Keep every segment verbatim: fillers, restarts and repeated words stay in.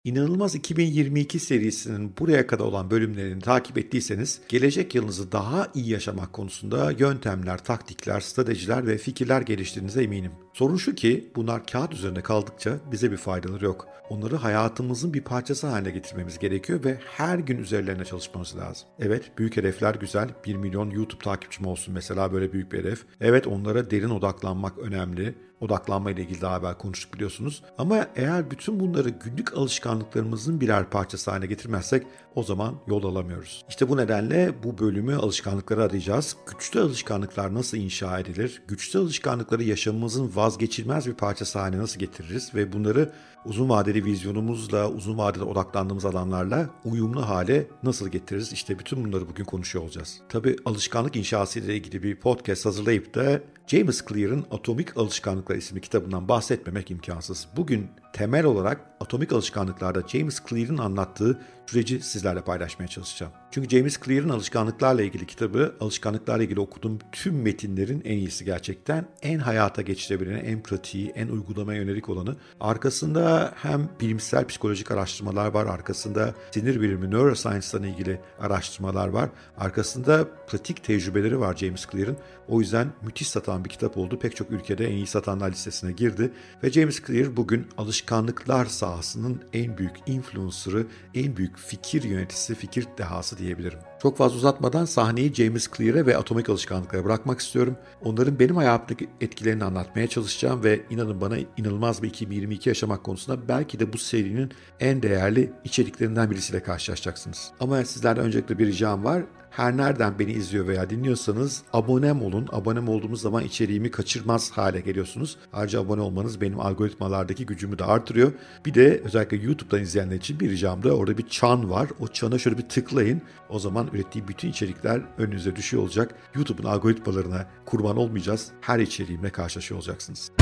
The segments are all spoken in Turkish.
İnanılmaz iki bin yirmi iki serisinin buraya kadar olan bölümlerini takip ettiyseniz, gelecek yılınızı daha iyi yaşamak konusunda yöntemler, taktikler, stratejiler ve fikirler geliştirdiğinize eminim. Sorun şu ki bunlar kağıt üzerinde kaldıkça bize bir faydaları yok. Onları hayatımızın bir parçası haline getirmemiz gerekiyor ve her gün üzerlerine çalışmamız lazım. Evet, büyük hedefler güzel. bir milyon YouTube takipçim olsun mesela, böyle büyük bir hedef. Evet, onlara derin odaklanmak önemli. Odaklanma ile ilgili daha evvel konuştuk biliyorsunuz. Ama eğer bütün bunları günlük alışkanlıklarımızın birer parçası haline getirmezsek o zaman yol alamıyoruz. İşte bu nedenle bu bölümü alışkanlıkları arayacağız. Güçlü alışkanlıklar nasıl inşa edilir? Güçlü alışkanlıkları yaşamımızın vazgeçilmez bir parçası haline nasıl getiririz? Ve bunları uzun vadeli vizyonumuzla, uzun vadeli odaklandığımız alanlarla uyumlu hale nasıl getiririz? İşte bütün bunları bugün konuşuyor olacağız. Tabii alışkanlık inşası ile ilgili bir podcast hazırlayıp da James Clear'ın Atomik Alışkanlıklar isimli kitabından bahsetmemek imkansız. Bugün temel olarak atomik alışkanlıklarda James Clear'ın anlattığı süreci sizlerle paylaşmaya çalışacağım. Çünkü James Clear'ın alışkanlıklarla ilgili kitabı, alışkanlıklarla ilgili okuduğum tüm metinlerin en iyisi gerçekten. En hayata geçirebileni, en pratiği, en uygulamaya yönelik olanı. Arkasında hem bilimsel psikolojik araştırmalar var, arkasında sinir bilimi, neuroscience'la ilgili araştırmalar var. Arkasında pratik tecrübeleri var James Clear'ın. O yüzden müthiş satan bir kitap oldu. Pek çok ülkede en iyi satanlar listesine girdi. Ve James Clear bugün alışkanlıklar sahasının en büyük influencer'ı, en büyük fikir yöneticisi, fikir dehası diyebilirim. Çok fazla uzatmadan sahneyi James Clear'e ve atomik alışkanlıklara bırakmak istiyorum. Onların benim hayatımdaki etkilerini anlatmaya çalışacağım ve inanın bana inanılmaz bir iki bin yirmi iki yaşamak konusunda belki de bu serinin en değerli içeriklerinden birisiyle karşılaşacaksınız. Ama sizlerden öncelikle bir ricam var. Her nereden beni izliyor veya dinliyorsanız abonem olun. Abonem olduğumuz zaman içeriğimi kaçırmaz hale geliyorsunuz. Ayrıca abone olmanız benim algoritmalardaki gücümü de artırıyor. Bir de özellikle YouTube'dan izleyenler için bir ricam da, orada bir çan var. O çana şöyle bir tıklayın. O zaman ürettiğim bütün içerikler önünüze düşüyor olacak. YouTube'un algoritmalarına kurban olmayacağız. Her içeriğimle karşılaşıyor olacaksınız.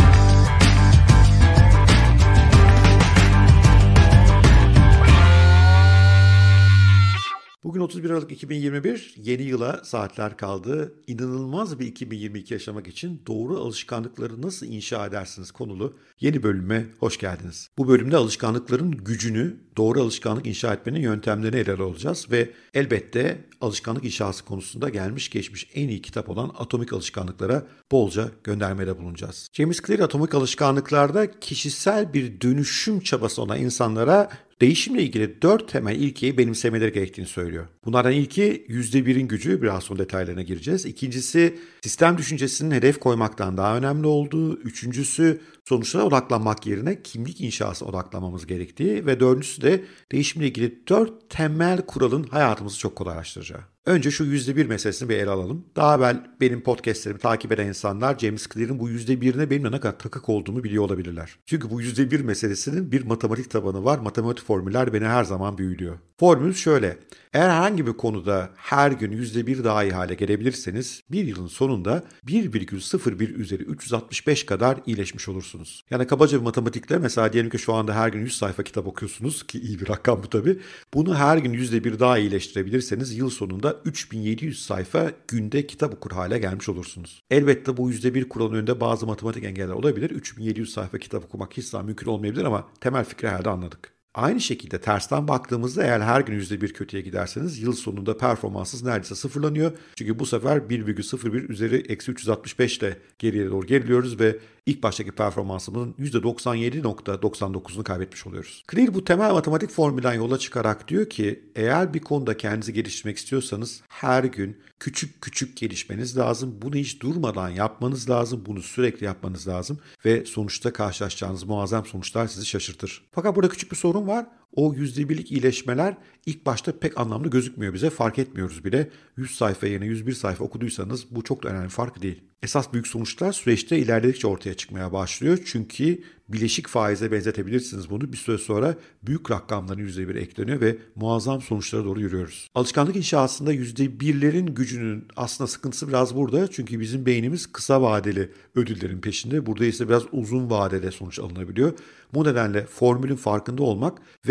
Bugün otuz bir Aralık iki bin yirmi bir, yeni yıla saatler kaldı. İnanılmaz bir iki bin yirmi iki yaşamak için doğru alışkanlıkları nasıl inşa edersiniz konulu yeni bölüme hoş geldiniz. Bu bölümde alışkanlıkların gücünü, doğru alışkanlık inşa etmenin yöntemlerini ele alacağız ve elbette alışkanlık inşası konusunda gelmiş geçmiş en iyi kitap olan Atomik Alışkanlıklara bolca göndermede bulunacağız. James Clear Atomik Alışkanlıklarda kişisel bir dönüşüm çabası olan insanlara değişimle ilgili dört temel ilkeyi benimsemeleri gerektiğini söylüyor. Bunlardan ilki yüzde birin gücü, biraz sonra detaylarına gireceğiz. İkincisi sistem düşüncesinin hedef koymaktan daha önemli olduğu. Üçüncüsü sonuçlara odaklanmak yerine kimlik inşasına odaklanmamız gerektiği. Ve dördüncüsü de değişimle ilgili dört temel kuralın hayatımızı çok kolaylaştıracağı. Önce şu yüzde bir meselesini bir ele alalım. Daha evvel benim podcastlerimi takip eden insanlar James Clear'ın bu yüzde birine benim ne kadar takık olduğumu biliyor olabilirler. Çünkü bu yüzde bir meselesinin bir matematik tabanı var. Matematik formüller beni her zaman büyülüyor. Formül şöyle: eğer herhangi bir konuda her gün yüzde bir daha iyi hale gelebilirseniz bir yılın sonunda bir virgül sıfır bir üzeri üç yüz altmış beş kadar iyileşmiş olursunuz. Yani kabaca bir matematikle mesela diyelim ki şu anda her gün yüz sayfa kitap okuyorsunuz ki iyi bir rakam bu tabii. Bunu her gün yüzde bir daha iyileştirebilirseniz yıl sonunda üç bin yedi yüz sayfa günde kitap okur hale gelmiş olursunuz. Elbette bu yüzde bir kuralın önünde bazı matematik engeller olabilir. üç bin yedi yüz sayfa kitap okumak hiç daha mümkün olmayabilir ama temel fikri herhalde anladık. Aynı şekilde tersten baktığımızda eğer her gün yüzde bir kötüye giderseniz yıl sonunda performansınız neredeyse sıfırlanıyor. Çünkü bu sefer bir virgül sıfır bir üzeri eksi üç yüz altmış beş ile geriye doğru geriliyoruz ve ilk baştaki performansımızın yüzde doksan yedi virgül doksan dokuzunu kaybetmiş oluyoruz. Clear bu temel matematik formülden yola çıkarak diyor ki eğer bir konuda kendinizi geliştirmek istiyorsanız her gün küçük küçük gelişmeniz lazım. Bunu hiç durmadan yapmanız lazım. Bunu sürekli yapmanız lazım ve sonuçta karşılaşacağınız muazzam sonuçlar sizi şaşırtır. Fakat burada küçük bir sorun var. O yüzde birlik iyileşmeler ilk başta pek anlamlı gözükmüyor bize. Fark etmiyoruz bile. yüz sayfa yerine yüz bir sayfa okuduysanız bu çok da önemli fark değil. Esas büyük sonuçlar süreçte ilerledikçe ortaya çıkmaya başlıyor. Çünkü bileşik faize benzetebilirsiniz bunu. Bir süre sonra büyük rakamların yüzde bir ekleniyor ve muazzam sonuçlara doğru yürüyoruz. Alışkanlık inşasında yüzde birlerin gücünün aslında sıkıntısı biraz burada. Çünkü bizim beynimiz kısa vadeli ödüllerin peşinde. Burada ise biraz uzun vadede sonuç alınabiliyor. Bu nedenle formülün farkında olmak ve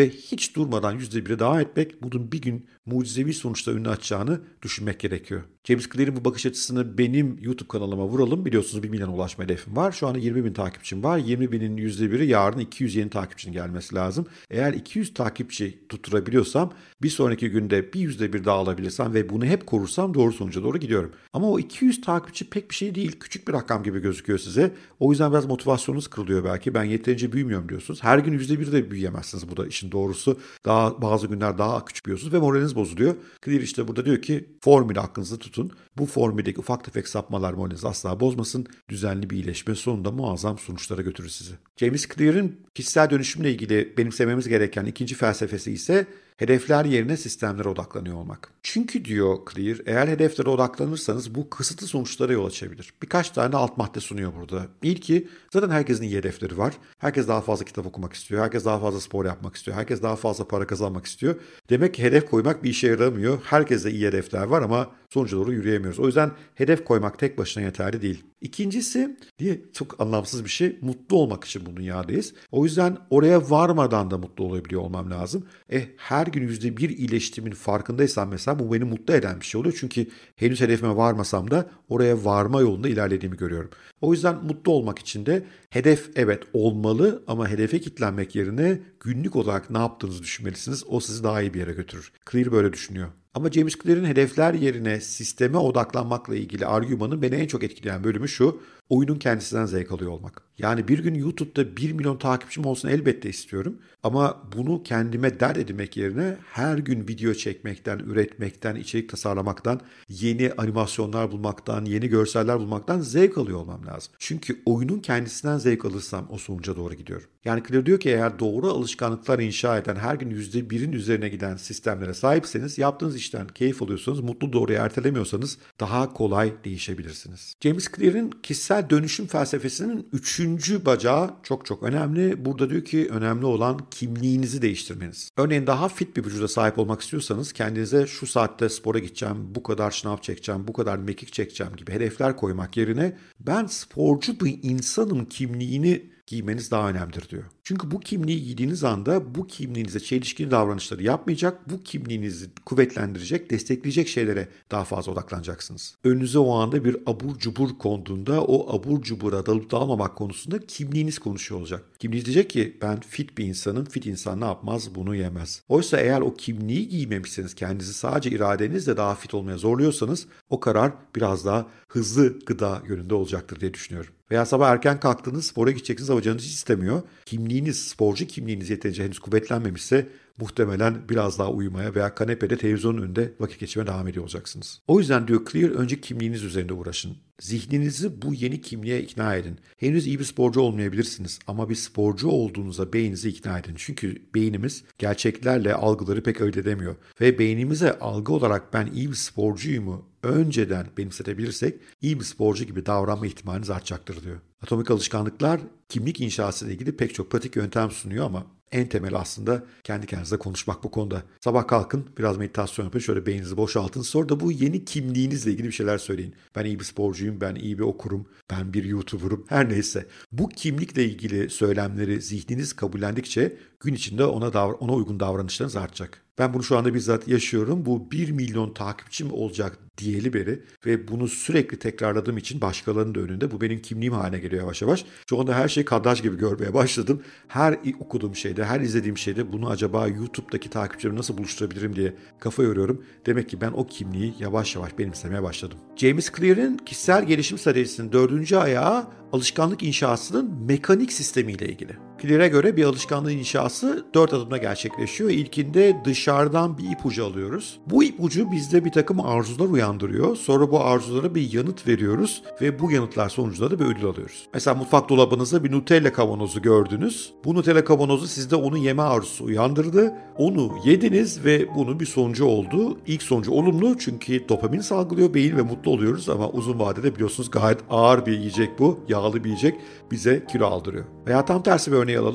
ve hiç durmadan yüzde bire devam etmek bunun bir gün mucizevi sonuçta önünü açacağını düşünmek gerekiyor. James Clear'in bu bakış açısını benim YouTube kanalıma vuralım. Biliyorsunuz bir milyona ulaşma hedefim var. Şu anda yirmi bin takipçim var. yirmi binin yüzde biri yarın iki yüz yeni takipçinin gelmesi lazım. Eğer iki yüz takipçi tutturabiliyorsam bir sonraki günde bir yüzde bir daha alabilirsem ve bunu hep korursam doğru sonuca doğru gidiyorum. Ama o iki yüz takipçi pek bir şey değil. Küçük bir rakam gibi gözüküyor size. O yüzden biraz motivasyonunuz kırılıyor belki. Ben yeterince büyümüyorum diyorsunuz. Her gün yüzde bir de büyüyemezsiniz. Bu da işin doğrusu. Daha bazı günler daha küçük büyüyorsunuz ve moraliniz bozuluyor. Clear işte burada diyor ki formülü aklınızda tutun. Bu formüldeki ufak tefek sapmalar moralinizi asla bozmasın. Düzenli bir iyileşme sonunda muazzam sonuçlara götürür sizi. James Clear'in kişisel dönüşümle ilgili benimsememiz gereken ikinci felsefesi ise hedefler yerine sistemlere odaklanıyor olmak. Çünkü diyor Clear, eğer hedeflere odaklanırsanız bu kısıtlı sonuçlara yol açabilir. Birkaç tane alt madde sunuyor burada. İlki, zaten herkesin iyi hedefleri var. Herkes daha fazla kitap okumak istiyor. Herkes daha fazla spor yapmak istiyor. Herkes daha fazla para kazanmak istiyor. Demek ki hedef koymak bir işe yaramıyor. Herkeste iyi hedefler var ama sonuca doğru yürüyemiyoruz. O yüzden hedef koymak tek başına yeterli değil. İkincisi, diye çok anlamsız bir şey, mutlu olmak için bu dünyadayız. O yüzden oraya varmadan da mutlu olabiliyor olmam lazım. E her gün yüzde bir iyileştiğimin farkındaysam mesela bu beni mutlu eden bir şey oluyor. Çünkü henüz hedefime varmasam da oraya varma yolunda ilerlediğimi görüyorum. O yüzden mutlu olmak için de hedef evet olmalı ama hedefe kilitlenmek yerine günlük olarak ne yaptığınızı düşünmelisiniz. O sizi daha iyi bir yere götürür. Clear böyle düşünüyor. Ama James Clear'in hedefler yerine sisteme odaklanmakla ilgili argümanın beni en çok etkileyen bölümü şu: oyunun kendisinden zevk alıyor olmak. Yani bir gün YouTube'da bir milyon takipçim olsun elbette istiyorum. Ama bunu kendime dert edinmek yerine her gün video çekmekten, üretmekten, içerik tasarlamaktan, yeni animasyonlar bulmaktan, yeni görseller bulmaktan zevk alıyor olmam lazım. Çünkü oyunun kendisinden zevk alırsam o sonuca doğru gidiyorum. Yani Clear diyor ki eğer doğru alışkanlıklar inşa eden, her gün yüzde birin üzerine giden sistemlere sahipseniz, yaptığınız işten keyif alıyorsanız, mutlu doğruyu ertelemiyorsanız daha kolay değişebilirsiniz. James Clear'in kişisel dönüşüm felsefesinin üçüncü bacağı çok çok önemli. Burada diyor ki önemli olan kimliğinizi değiştirmeniz. Örneğin daha fit bir vücuda sahip olmak istiyorsanız kendinize şu saatte spora gideceğim, bu kadar şınav çekeceğim, bu kadar mekik çekeceğim gibi hedefler koymak yerine ben sporcu bir insanım kimliğini giymeniz daha önemlidir diyor. Çünkü bu kimliği giydiğiniz anda bu kimliğinize çelişkili davranışları yapmayacak, bu kimliğinizi kuvvetlendirecek, destekleyecek şeylere daha fazla odaklanacaksınız. Önünüze o anda bir abur cubur konduğunda o abur cubura dalıp dalmamak konusunda kimliğiniz konuşuyor olacak. Kimliğiniz diyecek ki ben fit bir insanım, fit insan ne yapmaz? Bunu yemez. Oysa eğer o kimliği giymemişseniz, kendinizi sadece iradenizle daha fit olmaya zorluyorsanız o karar biraz daha hızlı gıda yönünde olacaktır diye düşünüyorum. Veya sabah erken kalktınız, spora gideceksiniz ama canınız hiç istemiyor. Kimliğiniz, sporcu kimliğiniz yeterince henüz kuvvetlenmemişse muhtemelen biraz daha uyumaya veya kanepede televizyonun önünde vakit geçirmeye devam ediyor olacaksınız. O yüzden diyor Clear, önce kimliğiniz üzerinde uğraşın. Zihninizi bu yeni kimliğe ikna edin. Henüz iyi bir sporcu olmayabilirsiniz ama bir sporcu olduğunuza beyninizi ikna edin. Çünkü beynimiz gerçeklerle algıları pek ayırt edemiyor. Ve beynimize algı olarak ben iyi bir sporcuyumu önceden benimsetebilirsek iyi bir sporcu gibi davranma ihtimaliniz artacaktır diyor. Atomik alışkanlıklar kimlik inşası ile ilgili pek çok pratik yöntem sunuyor ama en temel aslında kendi kendinize konuşmak bu konuda. Sabah kalkın, biraz meditasyon yapın, şöyle beyninizi boşaltın. Sonra da bu yeni kimliğinizle ilgili bir şeyler söyleyin. Ben iyi bir sporcuyum, ben iyi bir okurum, ben bir YouTuber'ım, her neyse. Bu kimlikle ilgili söylemleri zihniniz kabullendikçe gün içinde ona, davra- ona uygun davranışlarınız artacak. Ben bunu şu anda bizzat yaşıyorum. Bu bir milyon takipçim olacak diyeli beri ve bunu sürekli tekrarladığım için başkalarının da önünde bu benim kimliğim haline geliyor yavaş yavaş. Şu anda her şeyi kadraj gibi görmeye başladım. Her okuduğum şeyde, her izlediğim şeyde bunu acaba YouTube'daki takipçilerimi nasıl buluşturabilirim diye kafa yoruyorum. Demek ki ben o kimliği yavaş yavaş benimsemeye başladım. James Clear'in kişisel gelişim stratejisinin dördüncü ayağı alışkanlık inşasının mekanik sistemiyle ilgili. Clear'e göre bir alışkanlığın inşası dört adımda gerçekleşiyor. İlkinde dışarıdan bir ipucu alıyoruz. Bu ipucu bizde bir takım arzular uyandırıyor. Sonra bu arzulara bir yanıt veriyoruz ve bu yanıtlar sonucunda da bir ödül alıyoruz. Mesela mutfak dolabınızda bir Nutella kavanozu gördünüz. Bu Nutella kavanozu sizde onu yeme arzusu uyandırdı. Onu yediniz ve bunun bir sonucu oldu. İlk sonucu olumlu çünkü dopamin salgılıyor beyin ve mutlu oluyoruz ama uzun vadede biliyorsunuz gayet ağır bir yiyecek bu. Yağlı bir yiyecek bize kilo aldırıyor. Veya tam tersi bir örneği alalım.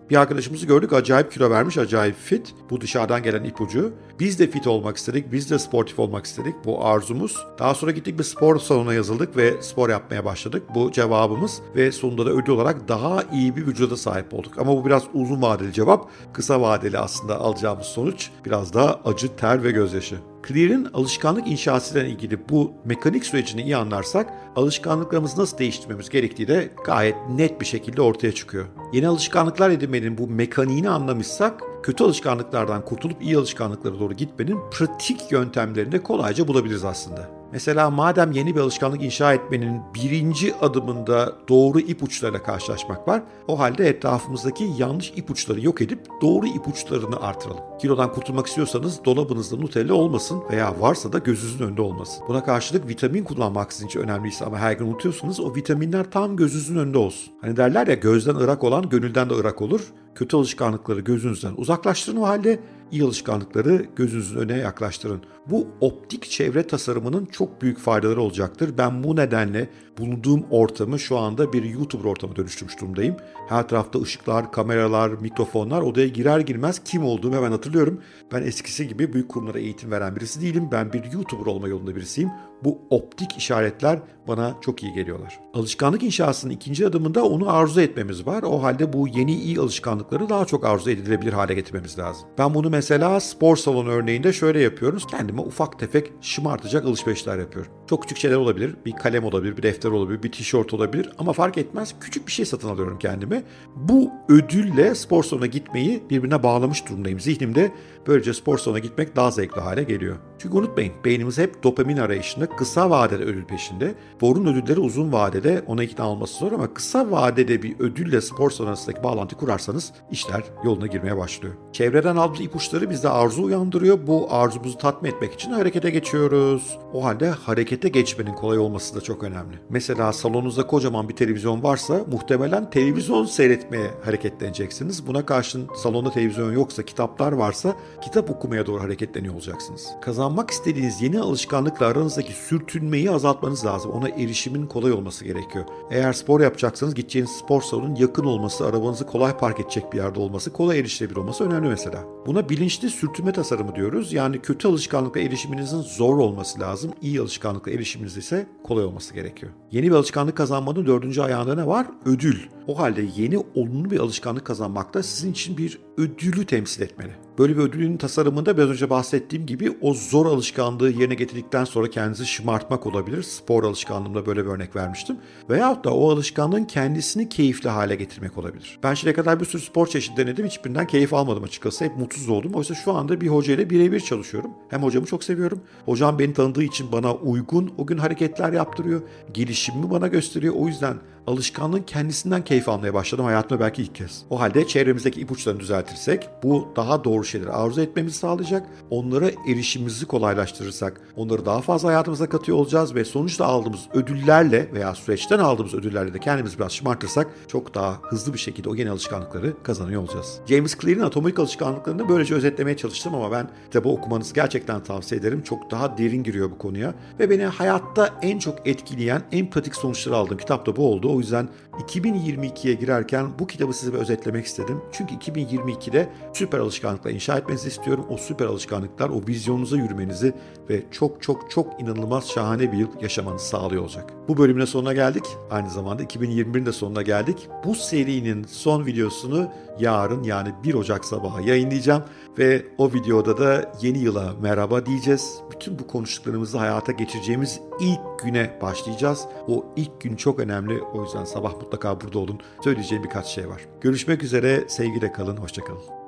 Bir arkadaşımızı gördük, acayip kilo vermiş, acayip fit. Bu dışarıdan gelen ipucu. Biz de fit olmak istedik, biz de sportif olmak istedik. Bu arzumuz. Daha sonra gittik bir spor salonuna yazıldık ve spor yapmaya başladık. Bu cevabımız ve sonunda da ödül olarak daha iyi bir vücuda sahip olduk. Ama bu biraz uzun vadeli cevap. Kısa vadeli aslında alacağımız sonuç biraz daha acı, ter ve gözyaşı. Clear'in alışkanlık inşasıyla ilgili bu mekanik sürecini iyi anlarsak alışkanlıklarımızı nasıl değiştirmemiz gerektiği de gayet net bir şekilde ortaya çıkıyor. Yeni alışkanlıklar edinmenin bu mekaniğini anlamışsak kötü alışkanlıklardan kurtulup iyi alışkanlıklara doğru gitmenin pratik yöntemlerini de kolayca bulabiliriz aslında. Mesela madem yeni bir alışkanlık inşa etmenin birinci adımında doğru ipuçlarıyla karşılaşmak var, o halde etrafımızdaki yanlış ipuçları yok edip doğru ipuçlarını artıralım. Kilodan kurtulmak istiyorsanız dolabınızda Nutella olmasın veya varsa da gözünüzün önünde olmasın. Buna karşılık vitamin kullanmak sizin için önemliyse ama her gün unutuyorsanız o vitaminler tam gözünüzün önünde olsun. Hani derler ya, gözden ırak olan gönülden de ırak olur. Kötü alışkanlıkları gözünüzden uzaklaştırın, o halde iyi alışkanlıkları gözünüzün önüne yaklaştırın. Bu optik çevre tasarımının çok büyük faydaları olacaktır. Ben bu nedenle bulunduğum ortamı şu anda bir YouTuber ortamı dönüştürmüş durumdayım. Her tarafta ışıklar, kameralar, mikrofonlar. Odaya girer girmez kim olduğumu hemen hatırlıyorum. Ben eskisi gibi büyük kurumlara eğitim veren birisi değilim. Ben bir YouTuber olma yolunda birisiyim. Bu optik işaretler bana çok iyi geliyorlar. Alışkanlık inşasının ikinci adımında onu arzu etmemiz var. O halde bu yeni iyi alışkanlıkları daha çok arzu edilebilir hale getirmemiz lazım. Ben bunu mesela spor salonu örneğinde şöyle yapıyoruz. Kendime ufak tefek şımartacak alışverişler yapıyorum. Çok küçük şeyler olabilir. Bir kalem olabilir, bir defter olabilir, bir tişört olabilir ama fark etmez. Küçük bir şey satın alıyorum kendime. Bu ödülle spor salonuna gitmeyi birbirine bağlamış durumdayım zihnimde. Böylece spor salonuna gitmek daha zevkli hale geliyor. Çünkü unutmayın, beynimiz hep dopamin arayışında, kısa vadede ödül peşinde. Borun ödülleri uzun vadede ona ikna olması zor ama kısa vadede bir ödülle spor salonu arasındaki bağlantı kurarsanız işler yoluna girmeye başlıyor. Çevreden aldığımız ipuçları bizde arzu uyandırıyor. Bu arzumuzu tatmin etmek için harekete geçiyoruz. O halde harekete geçmenin kolay olması da çok önemli. Mesela salonunuzda kocaman bir televizyon varsa muhtemelen televizyon seyretmeye hareketleneceksiniz. Buna karşın salonda televizyon yoksa, kitaplar varsa kitap okumaya doğru hareketleniyor olacaksınız. Kazanmak istediğiniz yeni alışkanlıkla aranızdaki sürtünmeyi azaltmanız lazım. Ona erişimin kolay olması gerekiyor. Eğer spor yapacaksanız gideceğiniz spor salonunun yakın olması, arabanızı kolay park edecek bir yerde olması, kolay erişilebilir olması önemli mesela. Buna bilinçli sürtünme tasarımı diyoruz. Yani kötü alışkanlıkla erişiminizin zor olması lazım. İyi alışkanlıkla erişiminiz ise kolay olması gerekiyor. Yeni bir alışkanlık kazanmanın dördüncü ayağında ne var? Ödül. O halde yeni olumlu bir alışkanlık kazanmak da sizin için bir ödülü temsil etmeli. Böyle bir ödülün tasarımında biraz önce bahsettiğim gibi o zor alışkanlığı yerine getirdikten sonra kendinizi şımartmak olabilir. Spor alışkanlığımda böyle bir örnek vermiştim. Veyahut da o alışkanlığın kendisini keyifli hale getirmek olabilir. Ben şimdiye kadar bir sürü spor çeşidi denedim. Hiçbirinden keyif almadım açıkçası. Hep mutsuz oldum. Oysa şu anda bir hocayla birebir çalışıyorum. Hem hocamı çok seviyorum. Hocam beni tanıdığı için bana uygun o gün hareketler yaptırıyor. Gelişimimi bana gösteriyor. O yüzden alışkanlığın kendisinden keyif almaya başladım hayatımda belki ilk kez. O halde çevremizdeki ipuçlarını düzeltirsek bu daha doğru şeyleri arzu etmemizi sağlayacak. Onlara erişimimizi kolaylaştırırsak onları daha fazla hayatımıza katıyor olacağız ve sonuçta aldığımız ödüllerle veya süreçten aldığımız ödüllerle de kendimizi biraz şımartırsak çok daha hızlı bir şekilde o yeni alışkanlıkları kazanıyor olacağız. James Clear'in atomik alışkanlıklarını böylece özetlemeye çalıştım ama ben kitabı okumanızı gerçekten tavsiye ederim. Çok daha derin giriyor bu konuya ve beni hayatta en çok etkileyen, en pratik sonuçları aldığım kitap da bu oldu. O yüzden iki bin yirmi ikiye girerken bu kitabı size özetlemek istedim. Çünkü iki bin yirmi ikide süper alışkanlıklar inşa etmenizi istiyorum. O süper alışkanlıklar o vizyonunuza yürümenizi ve çok çok çok inanılmaz şahane bir yıl yaşamanızı sağlıyor olacak. Bu bölümün sonuna geldik. Aynı zamanda iki bin yirmi birin de sonuna geldik. Bu serinin son videosunu yarın yani bir Ocak sabahı yayınlayacağım ve o videoda da yeni yıla merhaba diyeceğiz. Bütün bu konuştuklarımızı hayata geçireceğimiz ilk güne başlayacağız. O ilk gün çok önemli. O yüzden sabah mutlaka burada olun. Söyleyeceğim birkaç şey var. Görüşmek üzere. Sevgiyle kalın. Hoşça kalın.